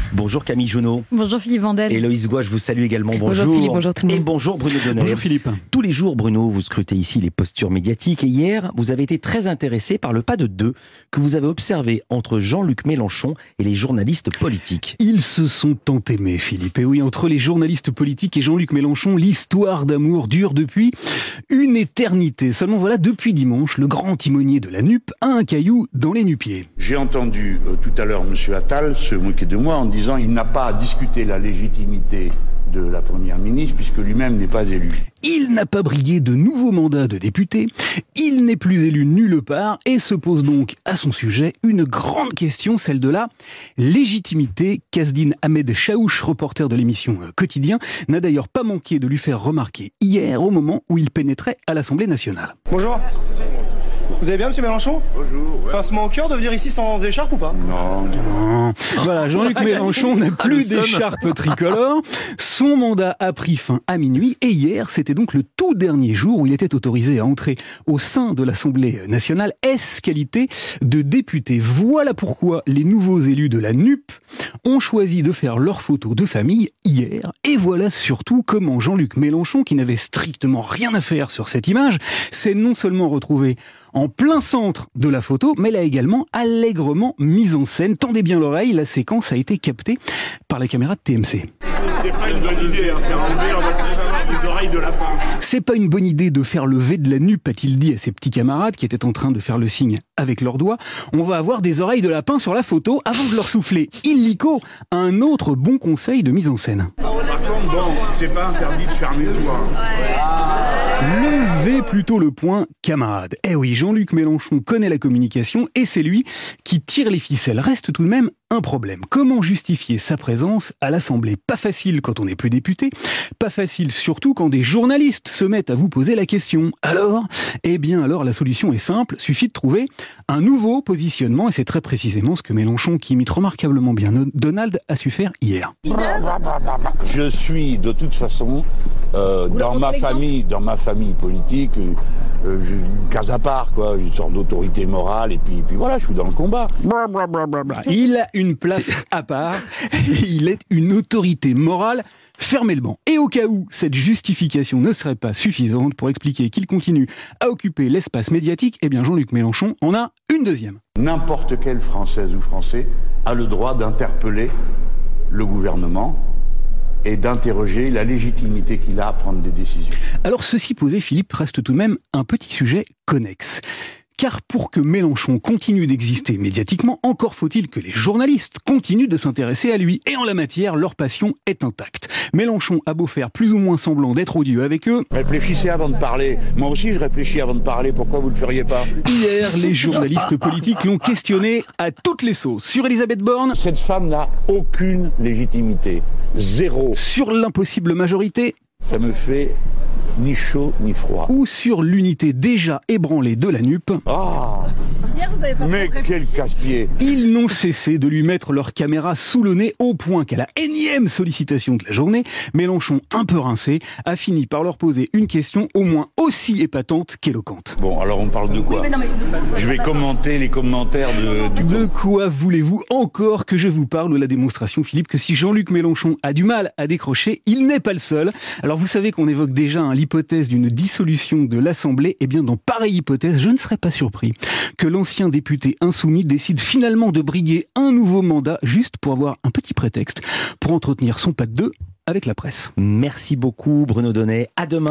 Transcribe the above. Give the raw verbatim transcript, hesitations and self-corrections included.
Bonjour Camille Jonot. Bonjour Philippe Vandel. Héloïse Goua, je vous salue également. Bonjour. Bonjour Philippe, bonjour tout le monde. Et bonjour Bruno Donnet. Bonjour Philippe. Tous les jours, Bruno, vous scrutez ici les postures médiatiques. Et hier, vous avez été très intéressé par le pas de deux que vous avez observé entre Jean-Luc Mélenchon et les journalistes politiques. Ils se sont tant aimés, Philippe. Et oui, entre les journalistes politiques et Jean-Luc Mélenchon, l'histoire d'amour dure depuis une éternité. Seulement voilà, depuis dimanche, le grand timonier de la N U P a un caillou dans les nu-pieds. J'ai entendu euh, tout à l'heure M. Attal se moquer de moi en disant qu'il n'a pas à discuter la légitimité de la Première ministre puisque lui-même n'est pas élu. Il n'a pas brigué de nouveau mandat de député, il n'est plus élu nulle part et se pose donc à son sujet une grande question, celle de la légitimité. Kasdine Ahmed Chaouch, reporter de l'émission Quotidien, n'a d'ailleurs pas manqué de lui faire remarquer hier au moment où il pénétrait à l'Assemblée nationale. Bonjour. Vous allez bien, monsieur Mélenchon? Bonjour. Ouais. Pincement au cœur de venir ici sans écharpe ou pas? Non. Non. Voilà, Jean-Luc Mélenchon n'a plus d'écharpe tricolore. Son mandat a pris fin à minuit et hier, c'était donc le tout dernier jour où il était autorisé à entrer au sein de l'Assemblée nationale, ès qualité de député. Voilà pourquoi les nouveaux élus de la N U P ont choisi de faire leur photo de famille hier. Et voilà surtout comment Jean-Luc Mélenchon, qui n'avait strictement rien à faire sur cette image, s'est non seulement retrouvé en plein centre de la photo, mais l'a également allègrement mise en scène. Tendez bien l'oreille, la séquence a été captée par la caméra de T M C. C'est pas une bonne idée, hein, faire enlever, on va avoir des oreilles de lapin. C'est pas une bonne idée de faire le V de la N U P, a-t-il dit à ses petits camarades qui étaient en train de faire le signe avec leurs doigts. On va avoir des oreilles de lapin sur la photo avant de leur souffler illico un autre bon conseil de mise en scène. Par contre, bon, c'est pas interdit de fermer le toit. Levez plutôt le point, camarades. Eh oui, Jean-Luc Mélenchon connaît la communication et c'est lui qui tire les ficelles. Reste tout de même un problème. Comment justifier sa présence à l'Assemblée? Pas facile quand on n'est plus député, pas facile surtout quand des journalistes se mettent à vous poser la question. Alors? Eh bien alors la solution est simple, suffit de trouver un nouveau positionnement et c'est très précisément ce que Mélenchon, qui imite remarquablement bien Donald, a su faire hier. Je suis de toute façon euh, dans ma famille, dans ma famille politique, euh, j'ai une case à part, quoi, une sorte d'autorité morale, et puis, puis voilà, je suis dans le combat. Il a une place à part, et il est une autorité morale. Fermez le banc. Et au cas où cette justification ne serait pas suffisante pour expliquer qu'il continue à occuper l'espace médiatique, eh bien Jean-Luc Mélenchon en a une deuxième. N'importe quelle Française ou Français a le droit d'interpeller le gouvernement et d'interroger la légitimité qu'il a à prendre des décisions. Alors ceci posé, Philippe, reste tout de même un petit sujet connexe. Car pour que Mélenchon continue d'exister médiatiquement, encore faut-il que les journalistes continuent de s'intéresser à lui. Et en la matière, leur passion est intacte. Mélenchon a beau faire plus ou moins semblant d'être odieux avec eux. Réfléchissez avant de parler. Moi aussi, je réfléchis avant de parler. Pourquoi vous ne le feriez pas? Hier, les journalistes politiques l'ont questionné à toutes les sauces. Sur Elisabeth Borne. Cette femme n'a aucune légitimité. Zéro. Sur l'impossible majorité. Ça me fait ni chaud ni froid. Ou sur l'unité déjà ébranlée de la N U P. Ah, mais quel casse-pied! Ils n'ont cessé de lui mettre leur caméra sous le nez au point qu'à la énième sollicitation de la journée, Mélenchon, un peu rincé, a fini par leur poser une question au moins aussi épatante qu'éloquente. Bon, alors on parle de quoi? Je vais commenter les commentaires de... Du de quoi voulez-vous encore que je vous parle? La démonstration, Philippe, que si Jean-Luc Mélenchon a du mal à décrocher, il n'est pas le seul. Alors vous savez qu'on évoque déjà hein, l'hypothèse d'une dissolution de l'Assemblée. Eh bien, dans pareille hypothèse, je ne serais pas surpris que l'ancien député insoumis décide finalement de briguer un nouveau mandat juste pour avoir un petit prétexte pour entretenir son pas de deux avec la presse. Merci beaucoup Bruno Donnet. À demain.